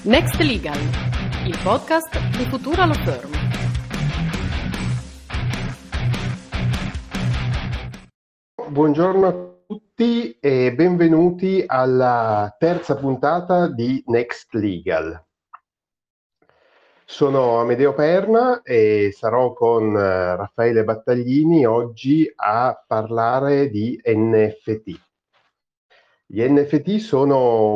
Next Legal, il podcast di Futura Law Firm. Buongiorno a tutti e benvenuti alla terza puntata di Next Legal. Sono Amedeo Perna e sarò con Raffaele Battaglini oggi a parlare di NFT. Gli NFT sono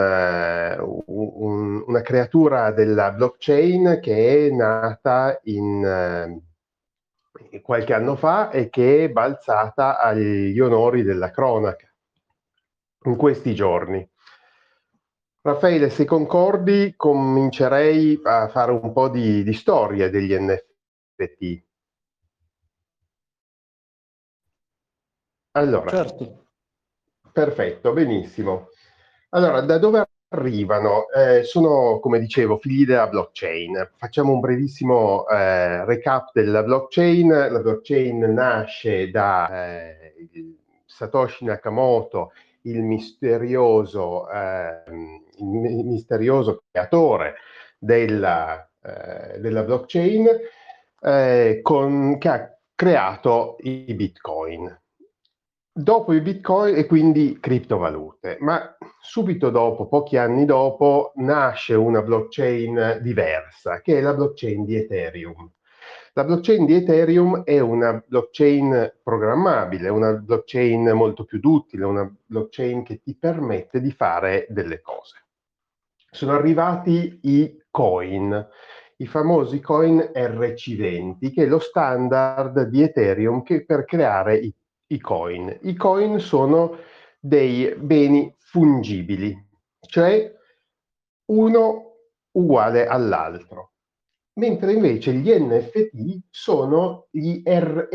una creatura della blockchain che è nata qualche anno fa e che è balzata agli onori della cronaca in questi giorni. Raffaele, se concordi, comincerei a fare un po' di storia degli NFT. Allora, Certo. perfetto, benissimo. Allora, da dove arrivano? Sono, come dicevo, figli della blockchain. Facciamo un brevissimo recap della blockchain. La blockchain nasce da Satoshi Nakamoto, il misterioso creatore della blockchain, che ha creato i Bitcoin. Dopo i Bitcoin e quindi criptovalute, ma subito dopo, pochi anni dopo, nasce una blockchain diversa, che è la blockchain di Ethereum. La blockchain di Ethereum è una blockchain programmabile, una blockchain molto più duttile, una blockchain che ti permette di fare delle cose. Sono arrivati i coin, i famosi coin RC20, che è lo standard di Ethereum per creare i coin. I coin sono dei beni fungibili, cioè uno uguale all'altro. Mentre invece gli NFT sono gli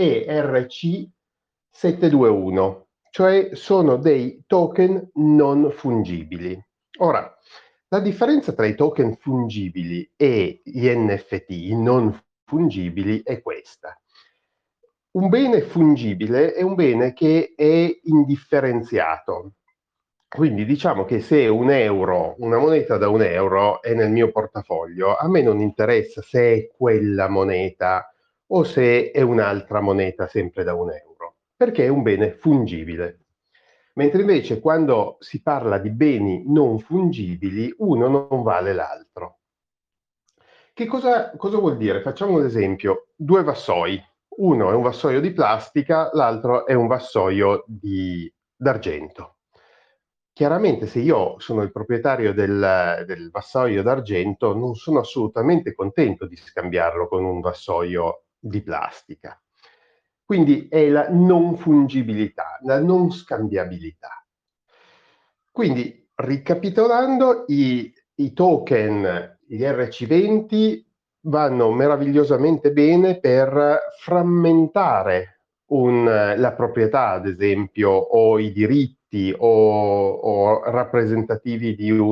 ERC721, cioè sono dei token non fungibili. Ora, la differenza tra i token fungibili e gli NFT non fungibili è questa. Un bene fungibile è un bene che è indifferenziato. Quindi diciamo che se un euro, una moneta da €1 è nel mio portafoglio, a me non interessa se è quella moneta o se è un'altra moneta sempre da €1, perché è un bene fungibile. Mentre invece quando si parla di beni non fungibili, uno non vale l'altro. Che cosa vuol dire? Facciamo un esempio. Due vassoi. Uno è un vassoio di plastica, l'altro è un vassoio d'argento. Chiaramente se io sono il proprietario del vassoio d'argento non sono assolutamente contento di scambiarlo con un vassoio di plastica. Quindi è la non fungibilità, la non scambiabilità. Quindi, ricapitolando, i token, gli RC20, vanno meravigliosamente bene per frammentare la proprietà, ad esempio, o i diritti o rappresentativi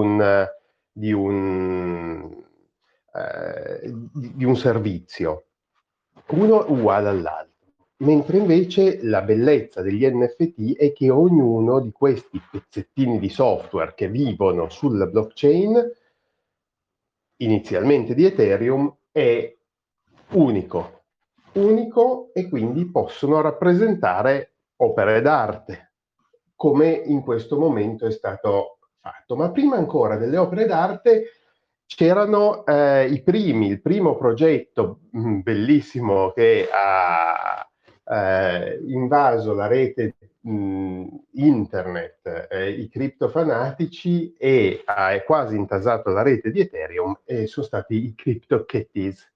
di un servizio. Uno uguale all'altro. Mentre invece la bellezza degli NFT è che ognuno di questi pezzettini di software che vivono sulla blockchain, inizialmente di Ethereum, è unico e quindi possono rappresentare opere d'arte, come in questo momento è stato fatto. Ma prima ancora delle opere d'arte c'erano il primo progetto bellissimo che ha invaso la rete internet, i criptofanatici, e ha quasi intasato la rete di Ethereum, e sono stati i CryptoKitties.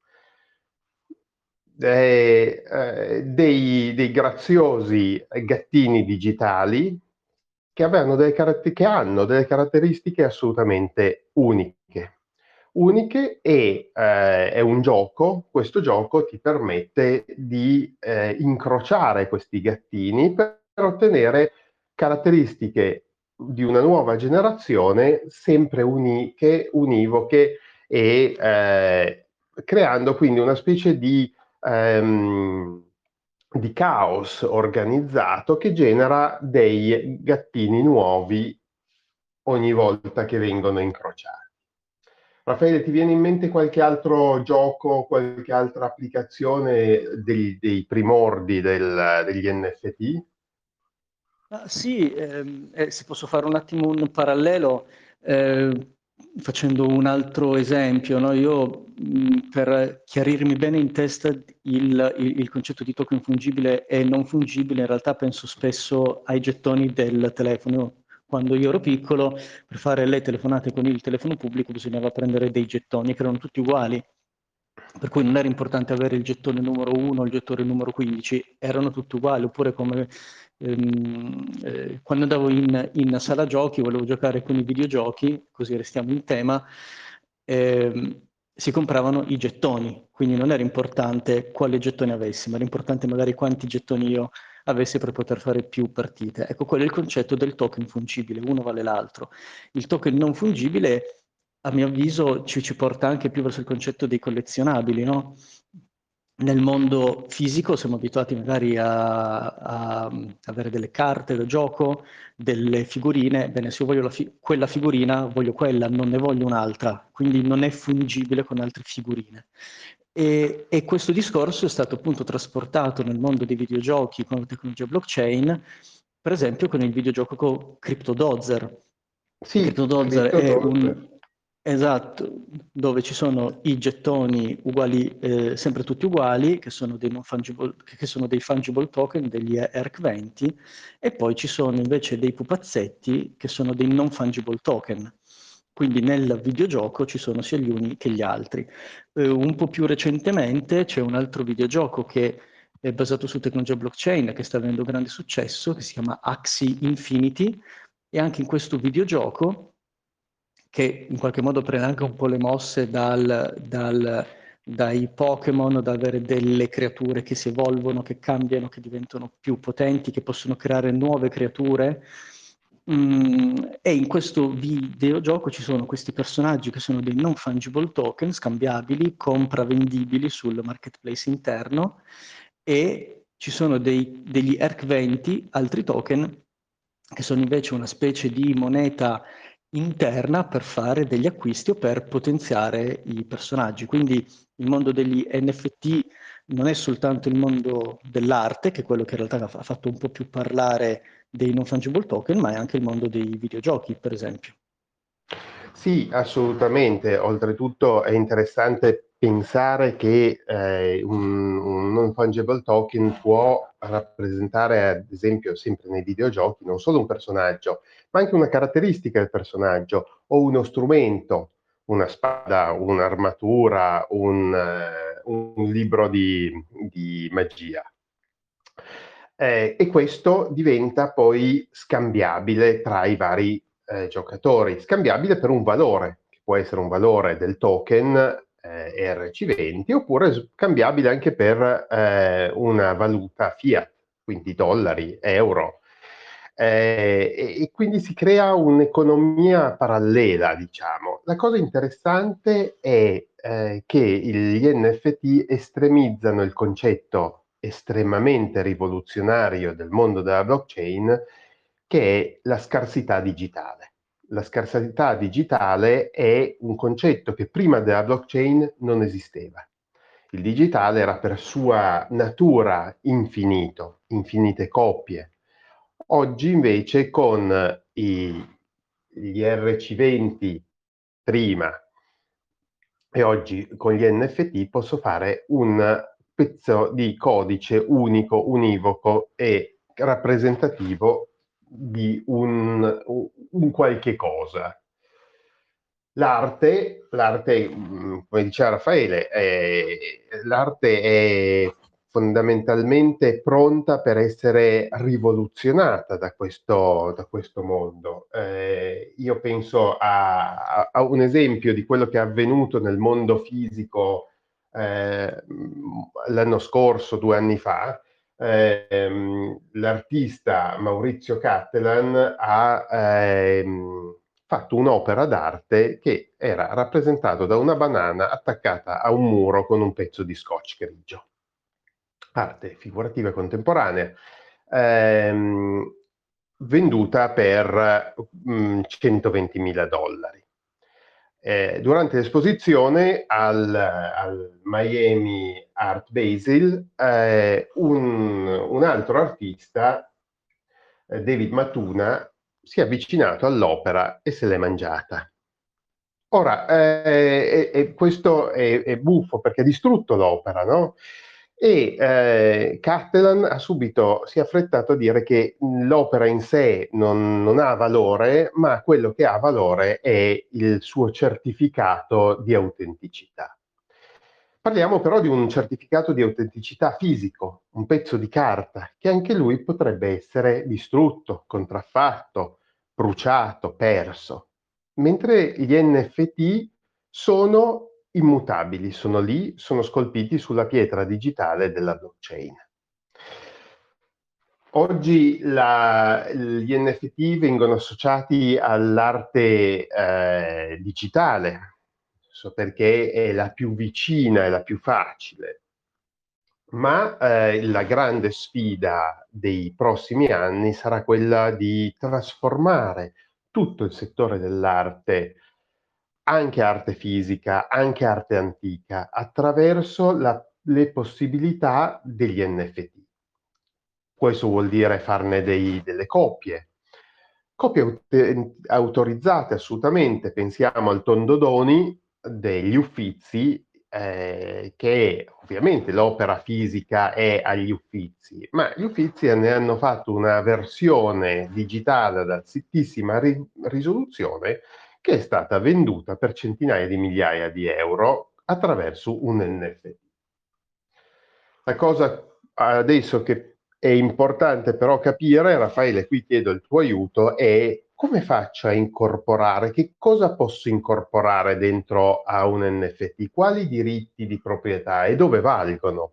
Dei graziosi gattini digitali che hanno delle caratteristiche assolutamente uniche e è un gioco. Questo gioco ti permette di incrociare questi gattini per ottenere caratteristiche di una nuova generazione sempre univoche e creando quindi una specie di caos organizzato che genera gattini nuovi ogni volta che vengono incrociati. Raffaele, ti viene in mente qualche altro gioco, qualche altra applicazione dei primordi degli NFT? Sì, se posso fare un attimo un parallelo, eh, facendo un altro esempio, no? Io, per chiarirmi bene in testa il concetto di token fungibile e non fungibile, in realtà penso spesso ai gettoni del telefono. Quando io ero piccolo, per fare le telefonate con il telefono pubblico bisognava prendere dei gettoni che erano tutti uguali, per cui non era importante avere il gettone numero 1 o il gettone numero 15, erano tutti uguali, oppure come quando andavo in sala giochi, volevo giocare con i videogiochi, così restiamo in tema, si compravano i gettoni, quindi non era importante quale gettone avessi, ma era importante magari quanti gettoni io avessi per poter fare più partite. Ecco, quello è il concetto del token fungibile, uno vale l'altro. Il token non fungibile, a mio avviso, ci porta anche più verso il concetto dei collezionabili, no? Nel mondo fisico siamo abituati magari a avere delle carte da gioco, delle figurine. Bene, se io voglio quella figurina, voglio quella, non ne voglio un'altra, quindi non è fungibile con altre figurine. E questo discorso è stato appunto trasportato nel mondo dei videogiochi con la tecnologia blockchain, per esempio con il videogioco CryptoDozer. Sì, CryptoDozer è CryptoDollars. esatto, dove ci sono i gettoni uguali, sempre tutti uguali, che sono dei non fungible, che sono dei fungible token, degli ERC20, e poi ci sono invece dei pupazzetti che sono dei non fungible token. Quindi nel videogioco ci sono sia gli uni che gli altri. Un po' più recentemente c'è un altro videogioco che è basato su tecnologia blockchain, che sta avendo grande successo, che si chiama Axie Infinity, e anche in questo videogioco, che in qualche modo prende anche un po' le mosse dai Pokémon, da avere delle creature che si evolvono, che cambiano, che diventano più potenti, che possono creare nuove creature. E in questo videogioco ci sono questi personaggi che sono dei non fungible token, scambiabili, compravendibili sul marketplace interno, e ci sono degli ERC20, altri token, che sono invece una specie di moneta interna per fare degli acquisti o per potenziare i personaggi. Quindi il mondo degli NFT non è soltanto il mondo dell'arte, che è quello che in realtà ha fatto un po' più parlare dei non fungible token, ma è anche il mondo dei videogiochi, per esempio. Sì, assolutamente. Oltretutto è interessante pensare che un non fungible token può rappresentare, ad esempio, sempre nei videogiochi, non solo un personaggio, ma anche una caratteristica del personaggio o uno strumento, una spada, un'armatura, un libro di magia. E questo diventa poi scambiabile tra i vari giocatori, scambiabile per un valore, che può essere un valore del token ERC20, oppure scambiabile anche per una valuta fiat, quindi dollari, euro. E quindi si crea un'economia parallela, diciamo. La cosa interessante è che gli NFT estremizzano il concetto estremamente rivoluzionario del mondo della blockchain, che è la scarsità digitale. La scarsità digitale è un concetto che prima della blockchain non esisteva. Il digitale era per sua natura infinito, infinite coppie. Oggi invece con gli RC20 prima e oggi con gli NFT posso fare un pezzo di codice unico, univoco e rappresentativo di un qualche cosa. L'arte, come diceva Raffaele, l'arte è fondamentalmente pronta per essere rivoluzionata da questo mondo. Io penso a un esempio di quello che è avvenuto nel mondo fisico l'anno scorso, 2 anni fa. L'artista Maurizio Cattelan ha fatto un'opera d'arte che era rappresentato da una banana attaccata a un muro con un pezzo di scotch grigio. Arte figurativa contemporanea, ehm, venduta per $120.000. Durante l'esposizione al Miami Art Basel, un altro artista, David Matuna, si è avvicinato all'opera e se l'è mangiata. Ora, questo è buffo perché ha distrutto l'opera, no? E Cattelan si è affrettato a dire che l'opera in sé non ha valore, ma quello che ha valore è il suo certificato di autenticità. Parliamo però di un certificato di autenticità fisico, un pezzo di carta, che anche lui potrebbe essere distrutto, contraffatto, bruciato, perso. Mentre gli NFT sono immutabili, sono lì, sono scolpiti sulla pietra digitale della blockchain. Oggi gli NFT vengono associati all'arte digitale, perché è la più vicina, è la più facile. Ma la grande sfida dei prossimi anni sarà quella di trasformare tutto il settore dell'arte, anche arte fisica, anche arte antica, attraverso le possibilità degli NFT. Questo vuol dire farne delle copie autorizzate assolutamente. Pensiamo al Tondodoni degli Uffizi, che ovviamente l'opera fisica è agli Uffizi, ma gli Uffizi ne hanno fatto una versione digitale ad altissima risoluzione che è stata venduta per centinaia di migliaia di euro attraverso un NFT. La cosa adesso che è importante però capire, Raffaele, qui chiedo il tuo aiuto, è come faccio a incorporare, che cosa posso incorporare dentro a un NFT? Quali diritti di proprietà e dove valgono?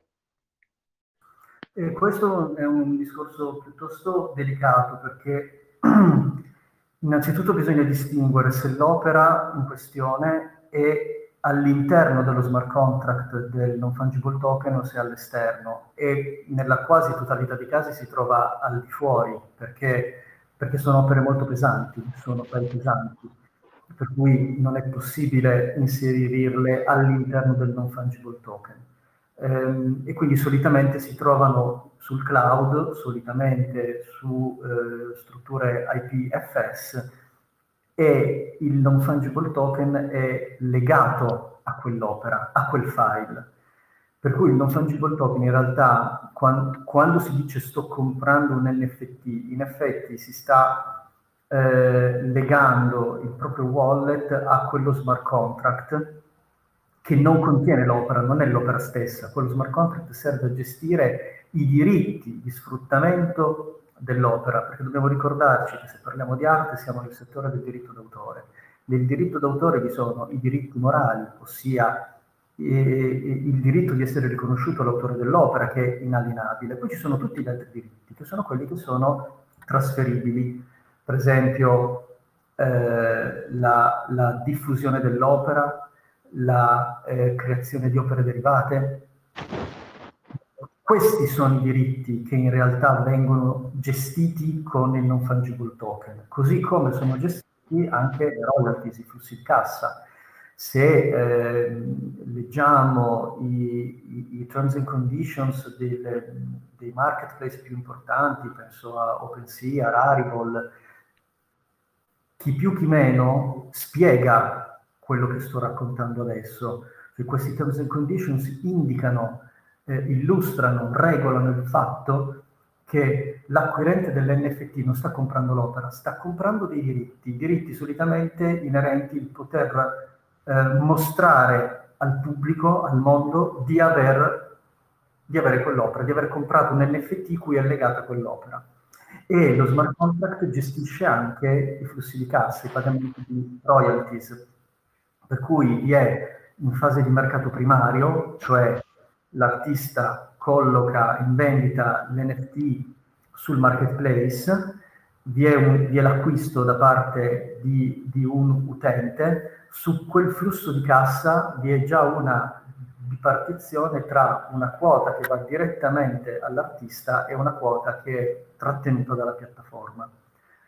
Questo è un discorso piuttosto delicato perché innanzitutto bisogna distinguere se l'opera in questione è all'interno dello smart contract del non fungible token o se è all'esterno, e nella quasi totalità dei casi si trova al di fuori perché sono opere molto pesanti, sono file pesanti, per cui non è possibile inserirle all'interno del non fungible token. E quindi solitamente si trovano sul cloud, solitamente su strutture IPFS, e il non fungible token è legato a quell'opera, a quel file. Per cui il non fungible token in realtà, quando si dice sto comprando un NFT, in effetti si sta legando il proprio wallet a quello smart contract che non contiene l'opera, non è l'opera stessa. Quello smart contract serve a gestire i diritti di sfruttamento dell'opera, perché dobbiamo ricordarci che se parliamo di arte siamo nel settore del diritto d'autore. Nel diritto d'autore vi sono i diritti morali, ossia il diritto di essere riconosciuto l'autore dell'opera, che è inalienabile. Poi ci sono tutti gli altri diritti, che sono quelli che sono trasferibili. Per esempio, la diffusione dell'opera, la creazione di opere derivate. Questi sono i diritti che in realtà vengono gestiti con il non fungible token, così come sono gestiti anche i royalties, i flussi di cassa. Se leggiamo i terms and conditions dei marketplace più importanti, penso a OpenSea, a Rarible, chi più chi meno spiega quello che sto raccontando adesso. Cioè, questi terms and conditions indicano, illustrano, regolano il fatto che l'acquirente dell'NFT non sta comprando l'opera, sta comprando dei diritti, i diritti solitamente inerenti al poter mostrare al pubblico, al mondo, di avere quell'opera, di aver comprato un NFT cui è legata a quell'opera. E lo smart contract gestisce anche i flussi di cassa, i pagamenti di royalties, per cui vi è in fase di mercato primario, cioè l'artista colloca in vendita l'NFT sul marketplace, vi è l'acquisto da parte di un utente. Su quel flusso di cassa vi è già una bipartizione tra una quota che va direttamente all'artista e una quota che è trattenuta dalla piattaforma.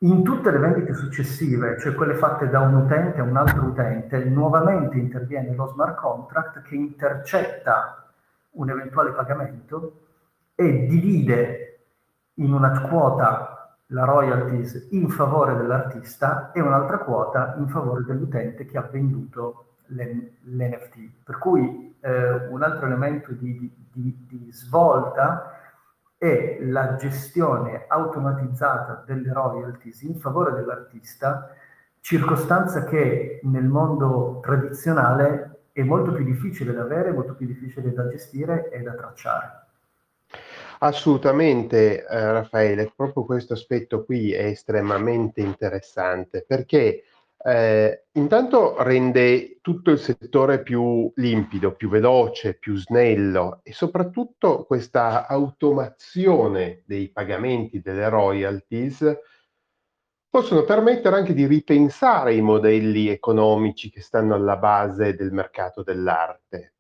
In tutte le vendite successive, cioè quelle fatte da un utente a un altro utente, nuovamente interviene lo smart contract che intercetta un eventuale pagamento e divide in una quota la royalties in favore dell'artista e un'altra quota in favore dell'utente che ha venduto l'NFT. Per cui un altro elemento di svolta è la gestione automatizzata delle royalties in favore dell'artista, circostanza che nel mondo tradizionale è molto più difficile da avere, molto più difficile da gestire e da tracciare. Assolutamente, Raffaele, proprio questo aspetto qui è estremamente interessante perché intanto rende tutto il settore più limpido, più veloce, più snello e soprattutto questa automazione dei pagamenti delle royalties possono permettere anche di ripensare i modelli economici che stanno alla base del mercato dell'arte.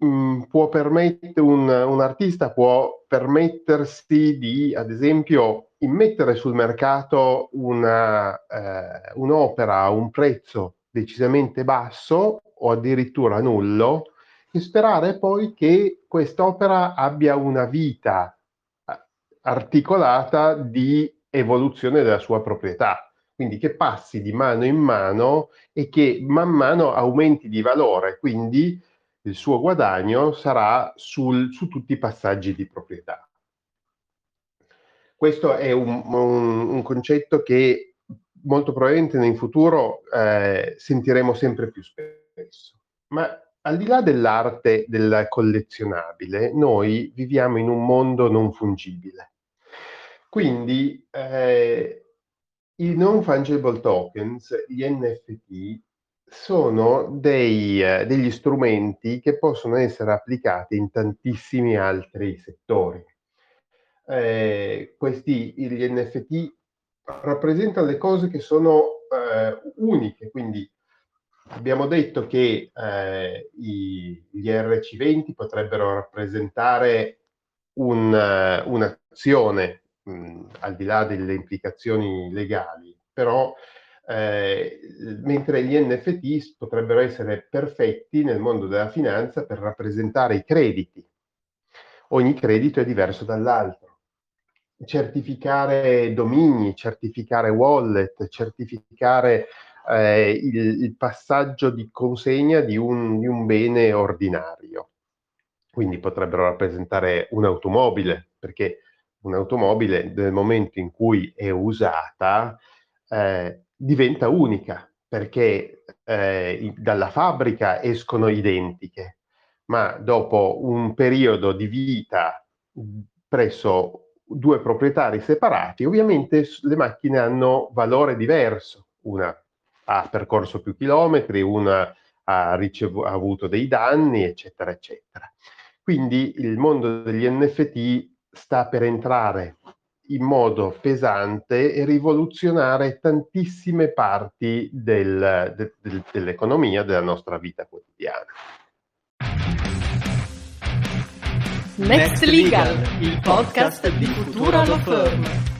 Un artista può permettersi di, ad esempio, immettere sul mercato un'opera a un prezzo decisamente basso o addirittura nullo e sperare poi che quest'opera abbia una vita articolata di evoluzione della sua proprietà. Quindi che passi di mano in mano e che man mano aumenti di valore, quindi il suo guadagno sarà su tutti i passaggi di proprietà. Questo è un concetto che molto probabilmente in futuro sentiremo sempre più spesso. Ma al di là dell'arte del collezionabile, noi viviamo in un mondo non fungibile. Quindi i non fungible tokens, gli NFT, sono degli strumenti che possono essere applicati in tantissimi altri settori. Gli NFT rappresentano le cose che sono uniche, quindi abbiamo detto che gli RC20 potrebbero rappresentare un'azione al di là delle implicazioni legali, però mentre gli NFT potrebbero essere perfetti nel mondo della finanza per rappresentare i crediti. Ogni credito è diverso dall'altro. Certificare domini, certificare wallet, certificare il passaggio di consegna di un bene ordinario. Quindi potrebbero rappresentare un'automobile, perché un'automobile nel momento in cui è usata diventa unica, perché dalla fabbrica escono identiche, ma dopo un periodo di vita presso due proprietari separati, ovviamente le macchine hanno valore diverso. Una ha percorso più chilometri, una ha avuto dei danni, eccetera, eccetera. Quindi il mondo degli NFT sta per entrare in modo pesante e rivoluzionare tantissime parti dell'economia, della nostra vita quotidiana. Next Legal, il podcast di Futura Law Firm.